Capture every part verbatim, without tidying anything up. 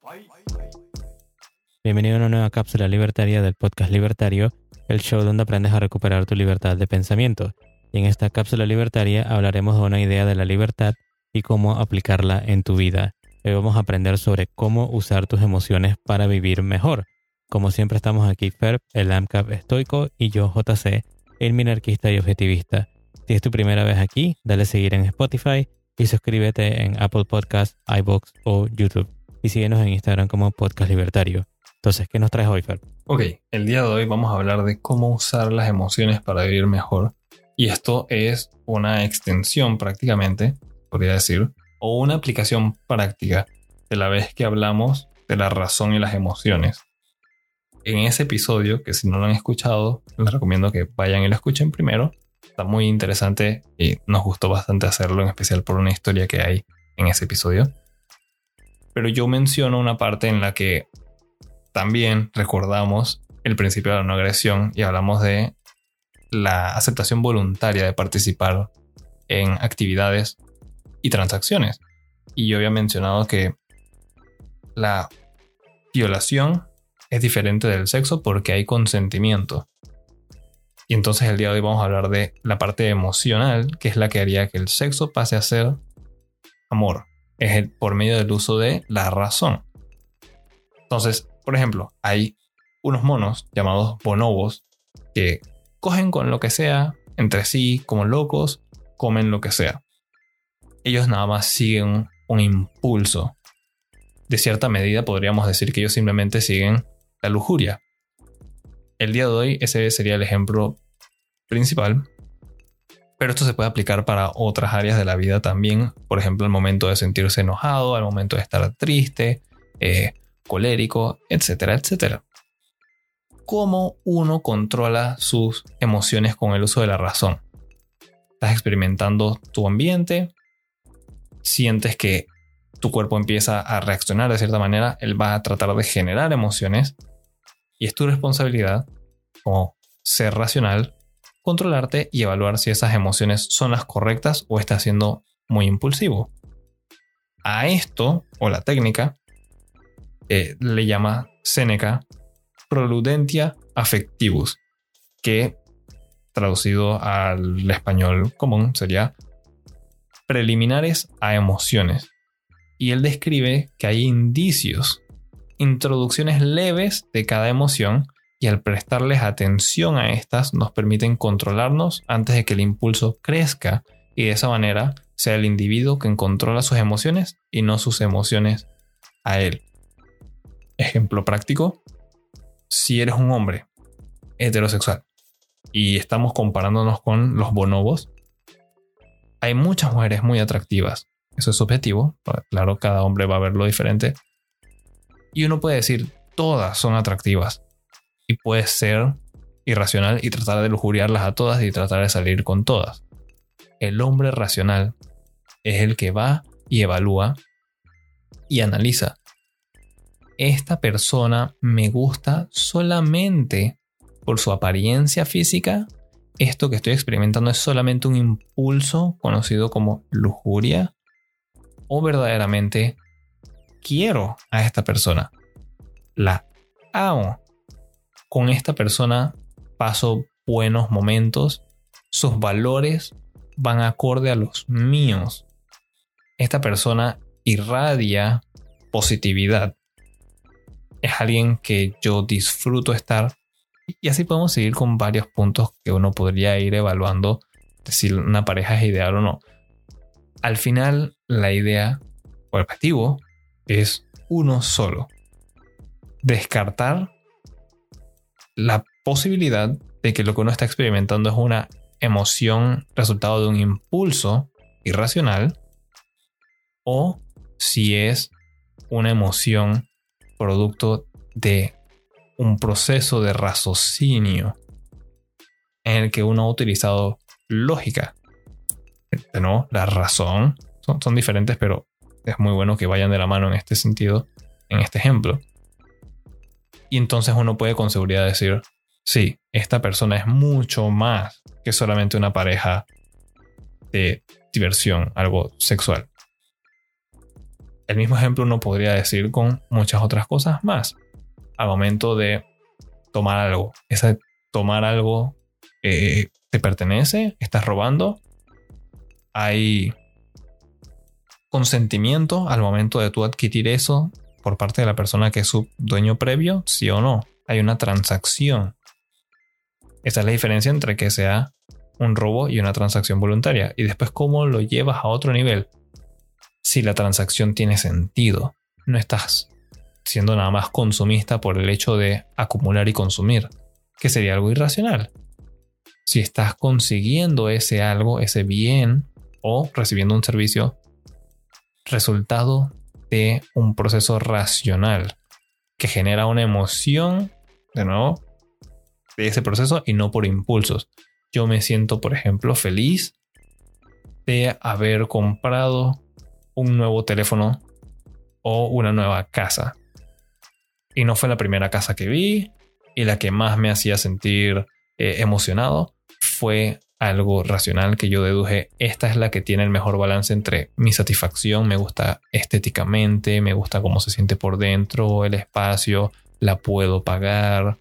Bienvenido a una nueva cápsula libertaria del podcast Libertario, el show donde aprendes a recuperar tu libertad de pensamiento. Y en esta cápsula libertaria hablaremos de una idea de la libertad y cómo aplicarla en tu vida. Hoy vamos a aprender sobre cómo usar tus emociones para vivir mejor. Como siempre estamos aquí Ferb, el AMCAP estoico, y yo J C, el minarquista y objetivista. Si es tu primera vez aquí, dale seguir en Spotify y suscríbete en Apple Podcasts, iVoox o YouTube. Y síguenos en Instagram como Podcast Libertario. Entonces, ¿qué nos traes hoy, Ferb? Ok, el día de hoy vamos a hablar de cómo usar las emociones para vivir mejor. Y esto es una extensión prácticamente, podría decir, o una aplicación práctica de la vez que hablamos de la razón y las emociones. En ese episodio, que si no lo han escuchado, les recomiendo que vayan y lo escuchen primero. Está muy interesante y nos gustó bastante hacerlo, en especial por una historia que hay en ese episodio. Pero yo menciono una parte en la que también recordamos el principio de la no agresión y hablamos de la aceptación voluntaria de participar en actividades y transacciones. Y yo había mencionado que la violación es diferente del sexo porque hay consentimiento. Y entonces el día de hoy vamos a hablar de la parte emocional, que es la que haría que el sexo pase a ser amor. Es el, por medio del uso de la razón. Entonces, por ejemplo, hay unos monos llamados bonobos que cogen con lo que sea entre sí, como locos, comen lo que sea. Ellos nada más siguen un impulso. De cierta medida podríamos decir que ellos simplemente siguen la lujuria. El día de hoy ese sería el ejemplo principal, pero esto se puede aplicar para otras áreas de la vida también. Por ejemplo, al momento de sentirse enojado, al momento de estar triste, eh, colérico, etcétera, etcétera. ¿Cómo uno controla sus emociones con el uso de la razón? Estás experimentando tu ambiente, sientes que tu cuerpo empieza a reaccionar de cierta manera, él va a tratar de generar emociones y es tu responsabilidad como ser racional controlarte y evaluar si esas emociones son las correctas o estás siendo muy impulsivo. A esto, o la técnica, eh, le llama Séneca prudentia affectivus, que traducido al español común sería preliminares a emociones. Y él describe que hay indicios, introducciones leves de cada emoción, y al prestarles atención a estas nos permiten controlarnos antes de que el impulso crezca y de esa manera sea el individuo quien controla sus emociones y no sus emociones a él. Ejemplo práctico: si eres un hombre heterosexual y estamos comparándonos con los bonobos, hay muchas mujeres muy atractivas. Eso es subjetivo. Claro, cada hombre va a verlo diferente. Y uno puede decir, todas son atractivas. Y puede ser irracional y tratar de lujuriarlas a todas y tratar de salir con todas. El hombre racional es el que va y evalúa y analiza. Esta persona me gusta solamente por su apariencia física. Esto que estoy experimentando es solamente un impulso conocido como lujuria. O verdaderamente quiero a esta persona. La amo. Con esta persona paso buenos momentos. Sus valores van acorde a los míos. Esta persona irradia positividad. Es alguien que yo disfruto estar. Y así podemos seguir con varios puntos que uno podría ir evaluando de si una pareja es ideal o no. Al final, la idea o el objetivo es uno solo: descartar la posibilidad de que lo que uno está experimentando es una emoción resultado de un impulso irracional, o si es una emoción producto de un proceso de raciocinio en el que uno ha utilizado lógica. No, la razón son, son diferentes, pero es muy bueno que vayan de la mano en este sentido, en este ejemplo. Y entonces uno puede con seguridad decir, sí, esta persona es mucho más que solamente una pareja de diversión, algo sexual. el mismo ejemplo uno podría decir con muchas otras cosas más. Al momento de tomar algo, esa tomar algo eh, te pertenece, estás robando, hay consentimiento al momento de tú adquirir eso por parte de la persona que es su dueño previo, sí o no. Hay una transacción. Esa es la diferencia entre que sea un robo y una transacción voluntaria. Y después, ¿cómo lo llevas a otro nivel? Si la transacción tiene sentido, no estás siendo nada más consumista por el hecho de acumular y consumir, que sería algo irracional. Si estás consiguiendo ese algo, ese bien, o recibiendo un servicio, resultado de un proceso racional que genera una emoción, de nuevo, de ese proceso y no por impulsos. Yo me siento, por ejemplo, feliz de haber comprado un nuevo teléfono o una nueva casa. Y no fue la primera casa que vi y la que más me hacía sentir eh, emocionado. Fue algo racional que yo deduje. Esta es la que tiene el mejor balance entre mi satisfacción, me gusta estéticamente, me gusta cómo se siente por dentro, el espacio, la puedo pagar,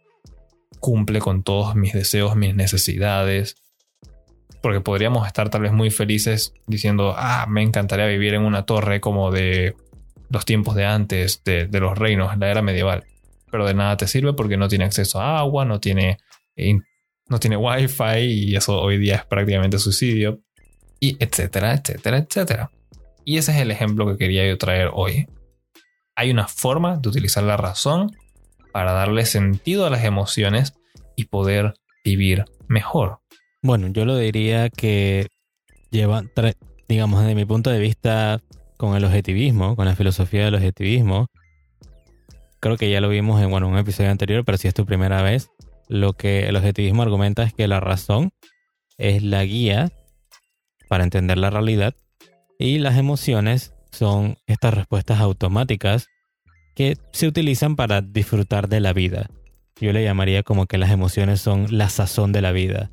cumple con todos mis deseos, mis necesidades. Porque podríamos estar tal vez muy felices diciendo, ah, me encantaría vivir en una torre como de los tiempos de antes, de, de los reinos, la era medieval. Pero de nada te sirve porque no tiene acceso a agua, no tiene, eh, no tiene wifi y eso hoy día es prácticamente suicidio. Y etcétera, etcétera, etcétera. Y ese es el ejemplo que quería yo traer hoy. Hay una forma de utilizar la razón para darle sentido a las emociones y poder vivir mejor. Bueno, yo lo diría que lleva, tra- digamos, desde mi punto de vista, con el objetivismo, con la filosofía del objetivismo, creo que ya lo vimos en bueno, un episodio anterior, pero si es tu primera vez, lo que el objetivismo argumenta es que la razón es la guía para entender la realidad y las emociones son estas respuestas automáticas que se utilizan para disfrutar de la vida. Yo le llamaría como que las emociones son la sazón de la vida.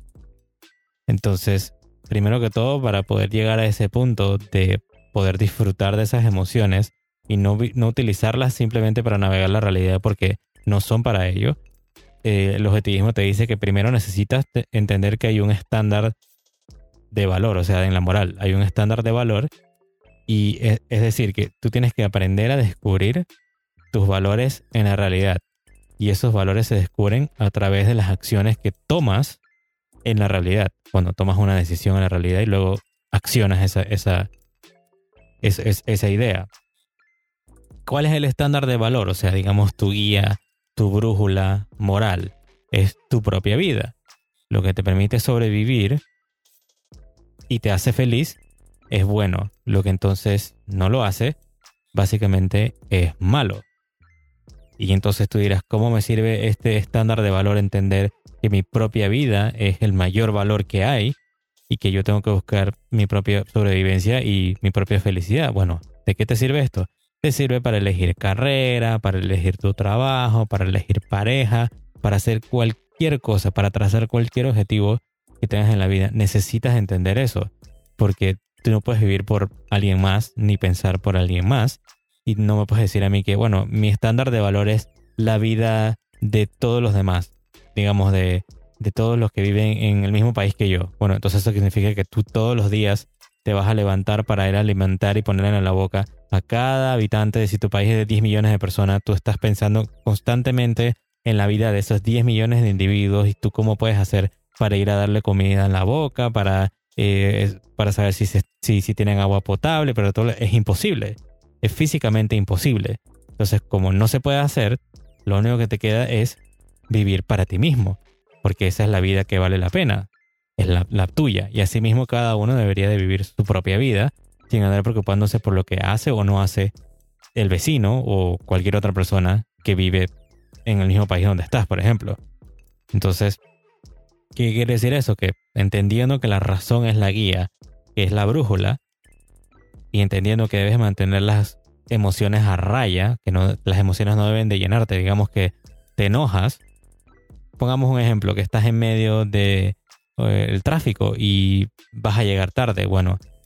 Entonces, primero que todo, para poder llegar a ese punto de poder disfrutar de esas emociones y no, no utilizarlas simplemente para navegar la realidad porque no son para ello, eh, el objetivismo te dice que primero necesitas te- entender que hay un estándar de valor, o sea, en la moral hay un estándar de valor y es, es decir, que tú tienes que aprender a descubrir tus valores en la realidad y esos valores se descubren a través de las acciones que tomas en la realidad, cuando tomas una decisión en la realidad y luego accionas esa, esa, esa, esa idea. ¿Cuál es el estándar de valor? O sea, digamos, tu guía, tu brújula moral es tu propia vida. Lo que te permite sobrevivir y te hace feliz es bueno. Lo que entonces no lo hace, básicamente es malo. Y entonces tú dirás, ¿cómo me sirve este estándar de valor entender que mi propia vida es el mayor valor que hay y que yo tengo que buscar mi propia sobrevivencia y mi propia felicidad? Bueno, ¿de qué te sirve esto? Te sirve para elegir carrera, para elegir tu trabajo, para elegir pareja, para hacer cualquier cosa, para trazar cualquier objetivo que tengas en la vida. Necesitas entender eso, porque tú no puedes vivir por alguien más ni pensar por alguien más. Y no me puedes decir a mí que, bueno, mi estándar de valor es la vida de todos los demás, digamos, de, de todos los que viven en el mismo país que yo. Bueno, entonces eso significa que tú todos los días te vas a levantar para ir a alimentar y ponerle en la boca a cada habitante. De si tu país es de diez millones de personas, tú estás pensando constantemente en la vida de esos diez millones de individuos y tú cómo puedes hacer para ir a darle comida en la boca, para, eh, para saber si, se, si, si tienen agua potable, pero todo es imposible. Es físicamente imposible. Entonces, como no se puede hacer, lo único que te queda es vivir para ti mismo, porque esa es la vida que vale la pena, es la, la tuya. Y asimismo cada uno debería de vivir su propia vida sin andar preocupándose por lo que hace o no hace el vecino o cualquier otra persona que vive en el mismo país donde estás, por ejemplo. Entonces, ¿qué quiere decir eso? Que entendiendo que la razón es la guía, que es la brújula, y entendiendo que debes mantener las emociones a raya, que no, las emociones no deben de llenarte. Digamos que te enojas. Pongamos un ejemplo, que estás en medio de eh, el tráfico y vas a llegar tarde. Bueno,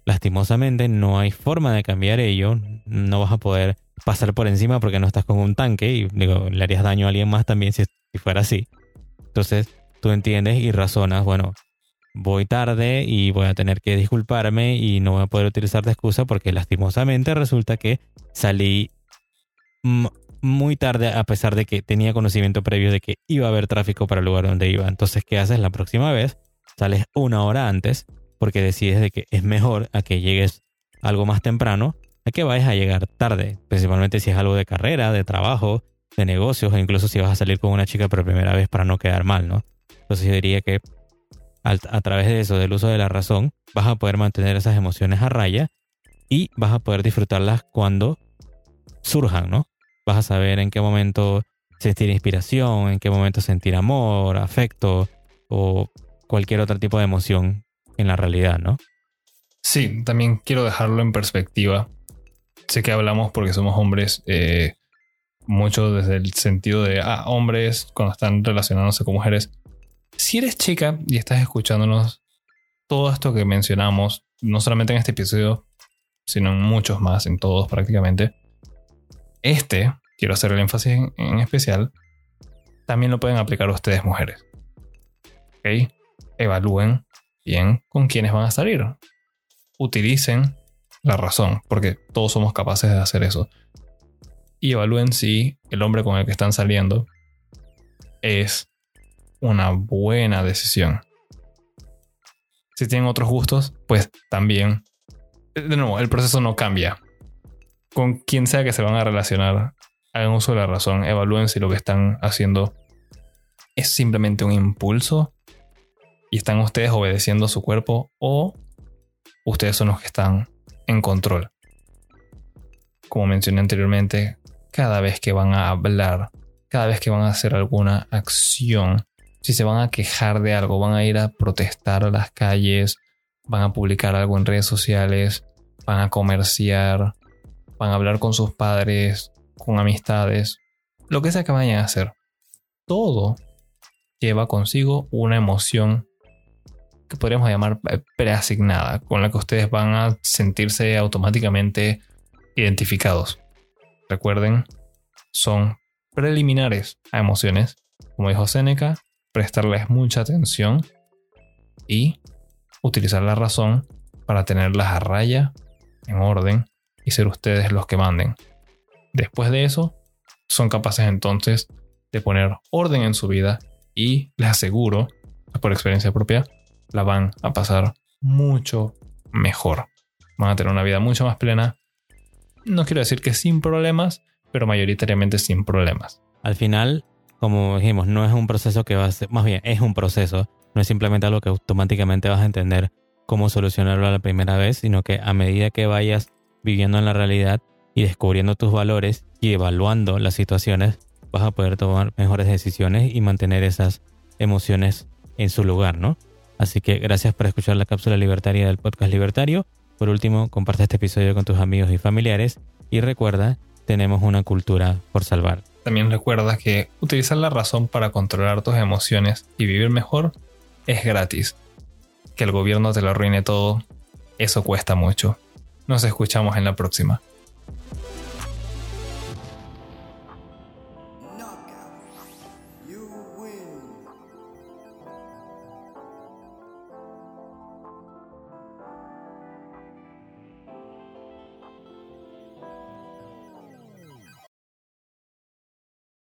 lastimosamente no hay forma de cambiar ello. No vas a poder pasar por encima porque no estás con un tanque y digo, le harías daño a alguien más también si, si fuera así. Entonces tú entiendes y razonas, bueno, voy tarde y voy a tener que disculparme y no voy a poder utilizar de excusa porque lastimosamente resulta que salí m- muy tarde a pesar de que tenía conocimiento previo de que iba a haber tráfico para el lugar donde iba. Entonces, ¿qué haces la próxima vez? Sales una hora antes porque decides de que es mejor a que llegues algo más temprano a que vayas a llegar tarde, principalmente si es algo de carrera, de trabajo, de negocios o incluso si vas a salir con una chica por primera vez para no quedar mal, ¿no? Entonces yo diría que al, a través de eso, del uso de la razón, vas a poder mantener esas emociones a raya y vas a poder disfrutarlas cuando surjan, ¿no? Vas a saber en qué momento sentir inspiración, en qué momento sentir amor, afecto o cualquier otro tipo de emoción en la realidad, ¿no? Sí, también quiero dejarlo en perspectiva. Sé que hablamos porque somos hombres, eh, mucho desde el sentido de, ah, hombres cuando están relacionándose con mujeres. Si eres chica y estás escuchándonos, todo esto que mencionamos, no solamente en este episodio, sino en muchos más, en todos prácticamente, este, quiero hacer el énfasis en, en especial, también lo pueden aplicar ustedes mujeres. ¿Ok? Evalúen bien con quiénes van a salir. Utilicen la razón, porque todos somos capaces de hacer eso. Y evalúen si el hombre con el que están saliendo es una buena decisión. Si tienen otros gustos, pues también. De nuevo, el proceso no cambia. Con quien sea que se van a relacionar, hagan uso de la razón. Evalúen si lo que están haciendo es simplemente un impulso y están ustedes obedeciendo a su cuerpo o ustedes son los que están en control. Como mencioné anteriormente, cada vez que van a hablar, cada vez que van a hacer alguna acción, si se van a quejar de algo, van a ir a protestar a las calles, van a publicar algo en redes sociales, van a comerciar, van a hablar con sus padres, con amistades, lo que sea que vayan a hacer. Todo lleva consigo una emoción que podríamos llamar preasignada, con la que ustedes van a sentirse automáticamente identificados. Recuerden, son preliminares a emociones. Como dijo Séneca, prestarles mucha atención y utilizar la razón para tenerlas a raya, en orden, y ser ustedes los que manden. Después de eso, son capaces entonces de poner orden en su vida y les aseguro, por experiencia propia, la van a pasar mucho mejor. Van a tener una vida mucho más plena. No quiero decir que sin problemas, pero mayoritariamente sin problemas. Al final, como dijimos, no es un proceso que va a ser, más bien es un proceso, no es simplemente algo que automáticamente vas a entender cómo solucionarlo a la primera vez, sino que a medida que vayas viviendo en la realidad y descubriendo tus valores y evaluando las situaciones, vas a poder tomar mejores decisiones y mantener esas emociones en su lugar, ¿no? Así que gracias por escuchar la cápsula libertaria del podcast libertario. Por último, comparte este episodio con tus amigos y familiares y recuerda, tenemos una cultura por salvar. También recuerda que utilizar la razón para controlar tus emociones y vivir mejor es gratis. Que el gobierno te lo arruine todo, eso cuesta mucho. Nos escuchamos en la próxima.